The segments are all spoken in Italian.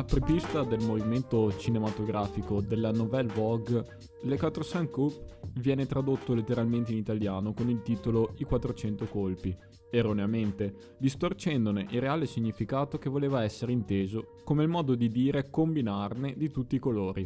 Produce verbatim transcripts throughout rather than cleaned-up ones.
apripista del movimento cinematografico della Nouvelle Vogue, Le quattrocento coups viene tradotto letteralmente in italiano con il titolo I quattrocento colpi, erroneamente, distorcendone il reale significato che voleva essere inteso come il modo di dire combinarne di tutti i colori.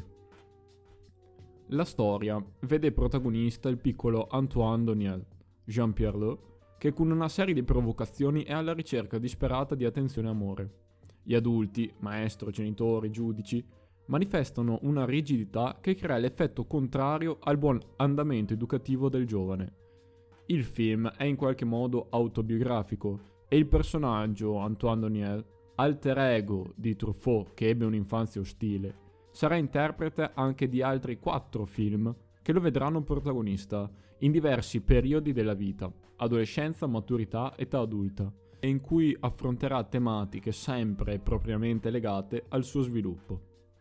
La storia vede protagonista il piccolo Antoine Daniel, Jean-Pierre Le, che con una serie di provocazioni è alla ricerca disperata di attenzione e amore. Gli adulti, maestro, genitori, giudici, manifestano una rigidità che crea l'effetto contrario al buon andamento educativo del giovane. Il film è in qualche modo autobiografico e il personaggio, Antoine Daniel, alter ego di Truffaut che ebbe un'infanzia ostile, sarà interprete anche di altri quattro film che lo vedranno protagonista in diversi periodi della vita, adolescenza, maturità, età adulta, e in cui affronterà tematiche sempre propriamente legate al suo sviluppo.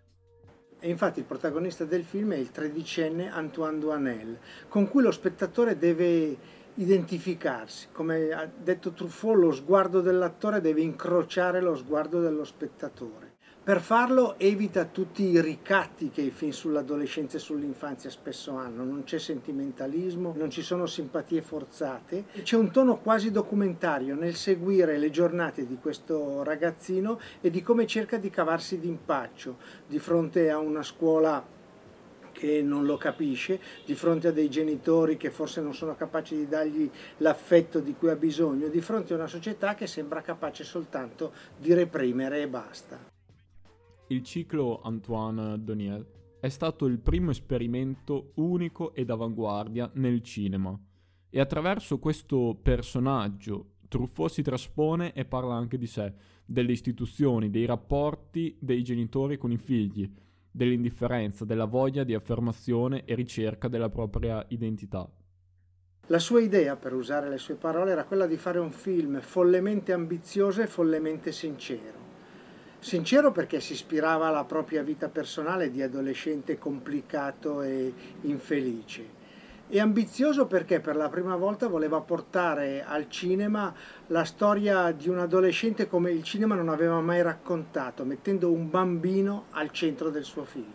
E infatti il protagonista del film è il tredicenne Antoine Doinel, con cui lo spettatore deve identificarsi. Come ha detto Truffaut, lo sguardo dell'attore deve incrociare lo sguardo dello spettatore. Per farlo evita tutti i ricatti che i film sull'adolescenza e sull'infanzia spesso hanno. Non c'è sentimentalismo, non ci sono simpatie forzate. C'è un tono quasi documentario nel seguire le giornate di questo ragazzino e di come cerca di cavarsi d'impaccio di fronte a una scuola che non lo capisce, di fronte a dei genitori che forse non sono capaci di dargli l'affetto di cui ha bisogno, di fronte a una società che sembra capace soltanto di reprimere e basta. Il ciclo Antoine Daniel è stato il primo esperimento unico ed avanguardia nel cinema e attraverso questo personaggio Truffaut si traspone e parla anche di sé, delle istituzioni, dei rapporti dei genitori con i figli, dell'indifferenza, della voglia di affermazione e ricerca della propria identità. La sua idea, per usare le sue parole, era quella di fare un film follemente ambizioso e follemente sincero. Sincero perché si ispirava alla propria vita personale di adolescente complicato e infelice. E ambizioso perché per la prima volta voleva portare al cinema la storia di un adolescente come il cinema non aveva mai raccontato, mettendo un bambino al centro del suo film.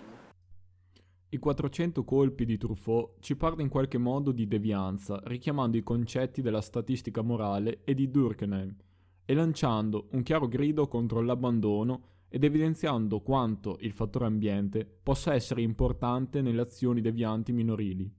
I quattrocento colpi di Truffaut ci parla in qualche modo di devianza, richiamando i concetti della statistica morale e di Durkheim, e lanciando un chiaro grido contro l'abbandono ed evidenziando quanto il fattore ambiente possa essere importante nelle azioni devianti minorili.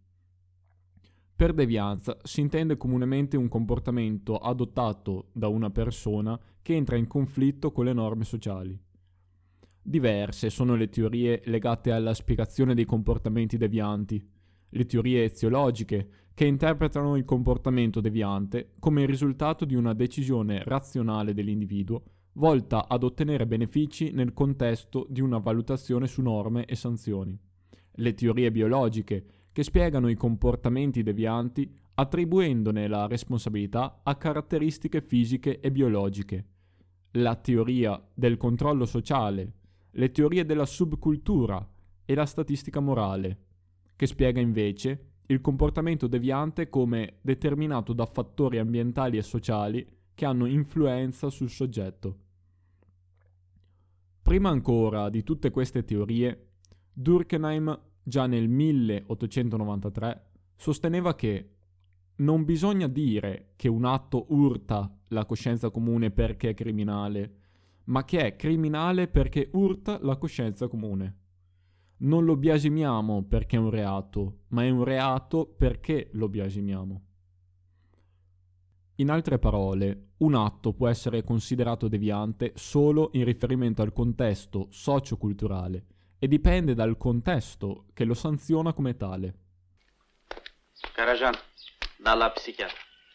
Per devianza si intende comunemente un comportamento adottato da una persona che entra in conflitto con le norme sociali. Diverse sono le teorie legate alla spiegazione dei comportamenti devianti, le teorie eziologiche, che interpretano il comportamento deviante come il risultato di una decisione razionale dell'individuo volta ad ottenere benefici nel contesto di una valutazione su norme e sanzioni. Le teorie biologiche, che spiegano i comportamenti devianti attribuendone la responsabilità a caratteristiche fisiche e biologiche. La teoria del controllo sociale, le teorie della subcultura e la statistica morale, che spiega invece il comportamento deviante come determinato da fattori ambientali e sociali che hanno influenza sul soggetto. Prima ancora di tutte queste teorie, Durkheim già nel milleottocentonovantatré sosteneva che non bisogna dire che un atto urta la coscienza comune perché è criminale, ma che è criminale perché urta la coscienza comune. Non lo biasimiamo perché è un reato, ma è un reato perché lo biasimiamo. In altre parole, un atto può essere considerato deviante solo in riferimento al contesto socio-culturale e dipende dal contesto che lo sanziona come tale. Karajan, dalla psichiatra.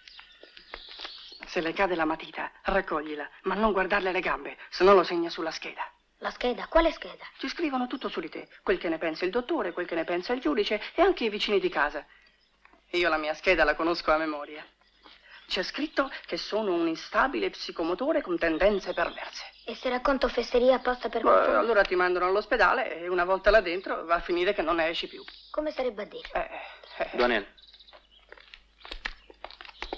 Se le cade la matita, raccoglila, ma non guardarle le gambe, se no lo segna sulla scheda. La scheda? Quale scheda? Ci scrivono tutto su di te, quel che ne pensa il dottore, quel che ne pensa il giudice e anche i vicini di casa. Io la mia scheda la conosco a memoria. C'è scritto che sono un instabile psicomotore con tendenze perverse. E se racconto fesserie apposta per Beh, qualcuno? allora ti mandano all'ospedale e una volta là dentro va a finire che non ne esci più. Come sarebbe a dire? Eh, eh. Daniel.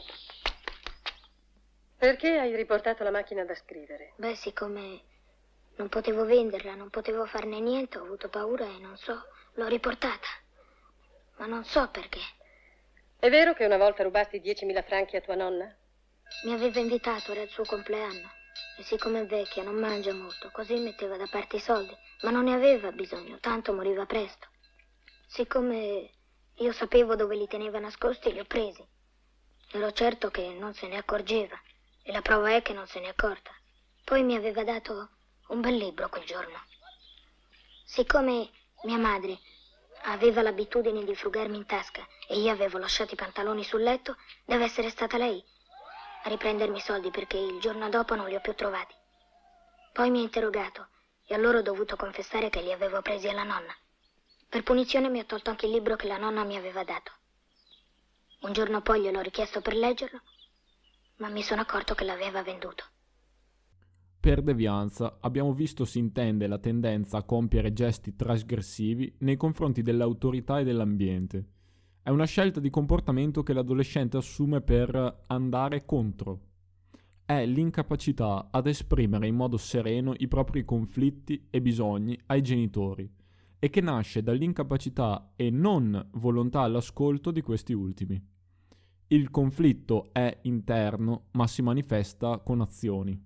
Perché hai riportato la macchina da scrivere? Beh, siccome Non potevo venderla, non potevo farne niente, ho avuto paura e non so, l'ho riportata. Ma non so perché. È vero che una volta rubasti diecimila franchi a tua nonna? Mi aveva invitato, era il suo compleanno. E siccome è vecchia, non mangia molto, così metteva da parte i soldi. Ma non ne aveva bisogno, tanto moriva presto. Siccome io sapevo dove li teneva nascosti, li ho presi. Ero certo che non se ne accorgeva. E la prova è che non se ne è accorta. Poi mi aveva dato un bel libro quel giorno. Siccome mia madre aveva l'abitudine di frugarmi in tasca e io avevo lasciato i pantaloni sul letto, deve essere stata lei a riprendermi i soldi perché il giorno dopo non li ho più trovati. Poi mi ha interrogato e allora ho dovuto confessare che li avevo presi alla nonna. Per punizione mi ha tolto anche il libro che la nonna mi aveva dato. Un giorno poi gliel'ho richiesto per leggerlo, ma mi sono accorto che l'aveva venduto. Per devianza abbiamo visto si intende la tendenza a compiere gesti trasgressivi nei confronti dell'autorità e dell'ambiente. È una scelta di comportamento che l'adolescente assume per andare contro. È l'incapacità ad esprimere in modo sereno i propri conflitti e bisogni ai genitori e che nasce dall'incapacità e non volontà all'ascolto di questi ultimi. Il conflitto è interno ma si manifesta con azioni.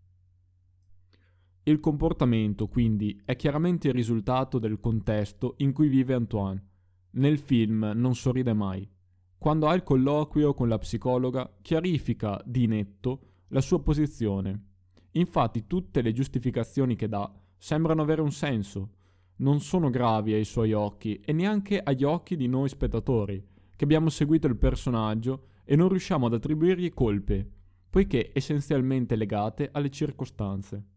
Il comportamento, quindi, è chiaramente il risultato del contesto in cui vive Antoine. Nel film non sorride mai. Quando ha il colloquio con la psicologa, chiarifica di netto la sua posizione. Infatti tutte le giustificazioni che dà sembrano avere un senso. Non sono gravi ai suoi occhi e neanche agli occhi di noi spettatori, che abbiamo seguito il personaggio e non riusciamo ad attribuirgli colpe, poiché essenzialmente legate alle circostanze.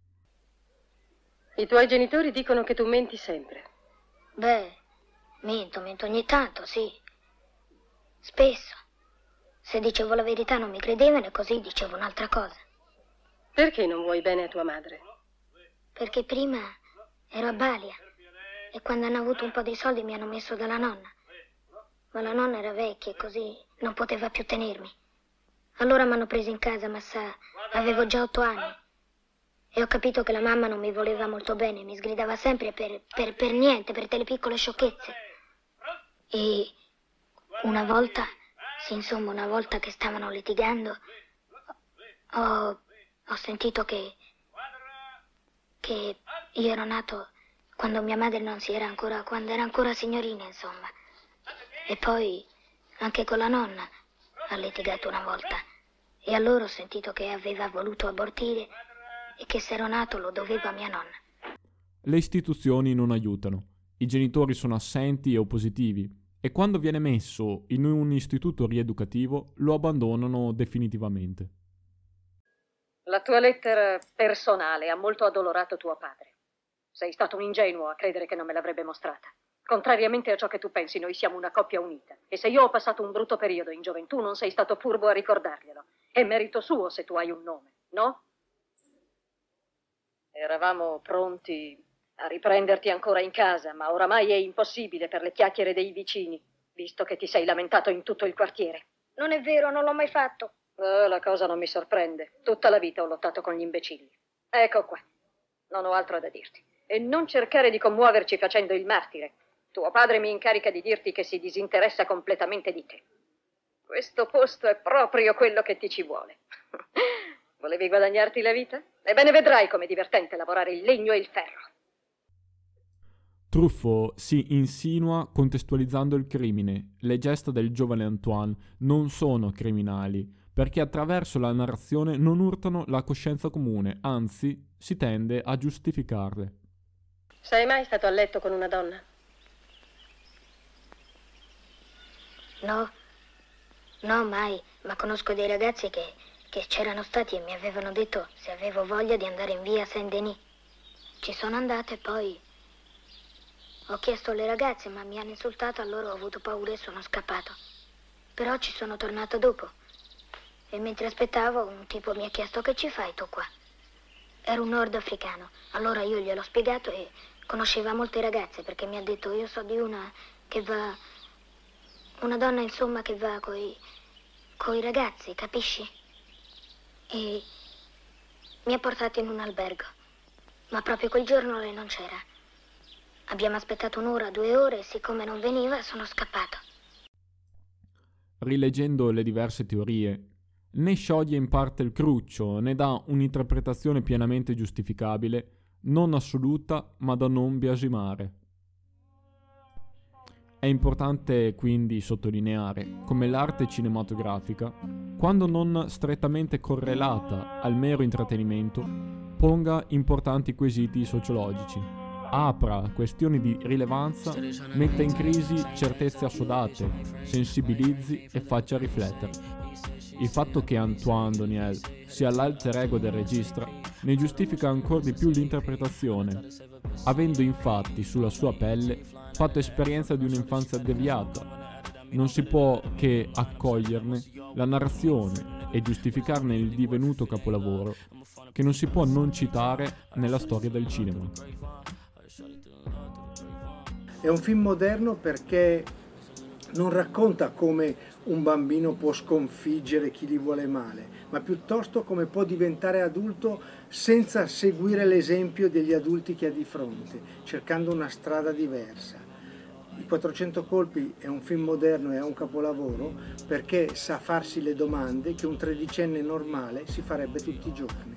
I tuoi genitori dicono che tu menti sempre. Beh, mento, mento ogni tanto, sì. Spesso. Se dicevo la verità non mi credevano e così dicevo un'altra cosa. Perché non vuoi bene a tua madre? Perché prima ero a Balia e quando hanno avuto un po' di soldi mi hanno messo dalla nonna. Ma la nonna era vecchia e così non poteva più tenermi. Allora mi hanno preso in casa, ma sa, avevo già otto anni. E ho capito che la mamma non mi voleva molto bene, mi sgridava sempre per, per, per niente, per delle piccole sciocchezze. E una volta, sì insomma una volta che stavano litigando, ho, ho sentito che, che io ero nato quando mia madre non si era ancora, quando era ancora signorina insomma. E poi anche con la nonna ha litigato una volta. E allora ho sentito che aveva voluto abortire e che se ero nato lo dovevo a mia nonna. Le istituzioni non aiutano, i genitori sono assenti e oppositivi e quando viene messo in un istituto rieducativo lo abbandonano definitivamente. La tua lettera personale ha molto addolorato tuo padre. Sei stato un ingenuo a credere che non me l'avrebbe mostrata. Contrariamente a ciò che tu pensi, noi siamo una coppia unita. E se io ho passato un brutto periodo in gioventù, non sei stato furbo a ricordarglielo. È merito suo se tu hai un nome, no? Eravamo pronti a riprenderti ancora in casa, ma oramai è impossibile per le chiacchiere dei vicini, visto che ti sei lamentato in tutto il quartiere. Non è vero, non l'ho mai fatto. Oh, la cosa non mi sorprende. Tutta la vita ho lottato con gli imbecilli. Ecco qua. Non ho altro da dirti. E non cercare di commuoverci facendo il martire. Tuo padre mi incarica di dirti che si disinteressa completamente di te. Questo posto è proprio quello che ti ci vuole. Volevi guadagnarti la vita? Ebbene vedrai com'è divertente lavorare il legno e il ferro. Truffaut si insinua contestualizzando il crimine. Le gesta del giovane Antoine non sono criminali, perché attraverso la narrazione non urtano la coscienza comune, anzi si tende a giustificarle. Sei mai stato a letto con una donna? No, no mai, ma conosco dei ragazzi che... che c'erano stati e mi avevano detto se avevo voglia di andare in via Saint-Denis. Ci sono andata e poi ho chiesto alle ragazze, ma mi hanno insultato, allora ho avuto paura e sono scappato. Però ci sono tornato dopo. E mentre aspettavo, un tipo mi ha chiesto: che ci fai tu qua? Ero un nordafricano. Allora io gliel'ho spiegato e conosceva molte ragazze, perché mi ha detto: io so di una che va... una donna, insomma, che va coi... coi ragazzi, capisci? E mi ha portato in un albergo. ma proprio quel giorno lei non c'era. Abbiamo aspettato un'ora, due ore, e siccome non veniva sono scappato. Rileggendo le diverse teorie, né scioglie in parte il cruccio, né dà un'interpretazione pienamente giustificabile, non assoluta, ma da non biasimare. È importante quindi sottolineare come l'arte cinematografica, quando non strettamente correlata al mero intrattenimento, ponga importanti quesiti sociologici, apra questioni di rilevanza, metta in crisi certezze assodate, sensibilizzi e faccia riflettere. Il fatto che Antoine Doinel sia l'alter ego del regista ne giustifica ancora di più l'interpretazione, avendo infatti sulla sua pelle fatto esperienza di un'infanzia deviata. Non si può che accoglierne la narrazione e giustificarne il divenuto capolavoro, che non si può non citare nella storia del cinema. È un film moderno perché non racconta come un bambino può sconfiggere chi gli vuole male, ma piuttosto come può diventare adulto senza seguire l'esempio degli adulti che ha di fronte, cercando una strada diversa. I quattrocento colpi è un film moderno e è un capolavoro perché sa farsi le domande che un tredicenne normale si farebbe tutti i giorni.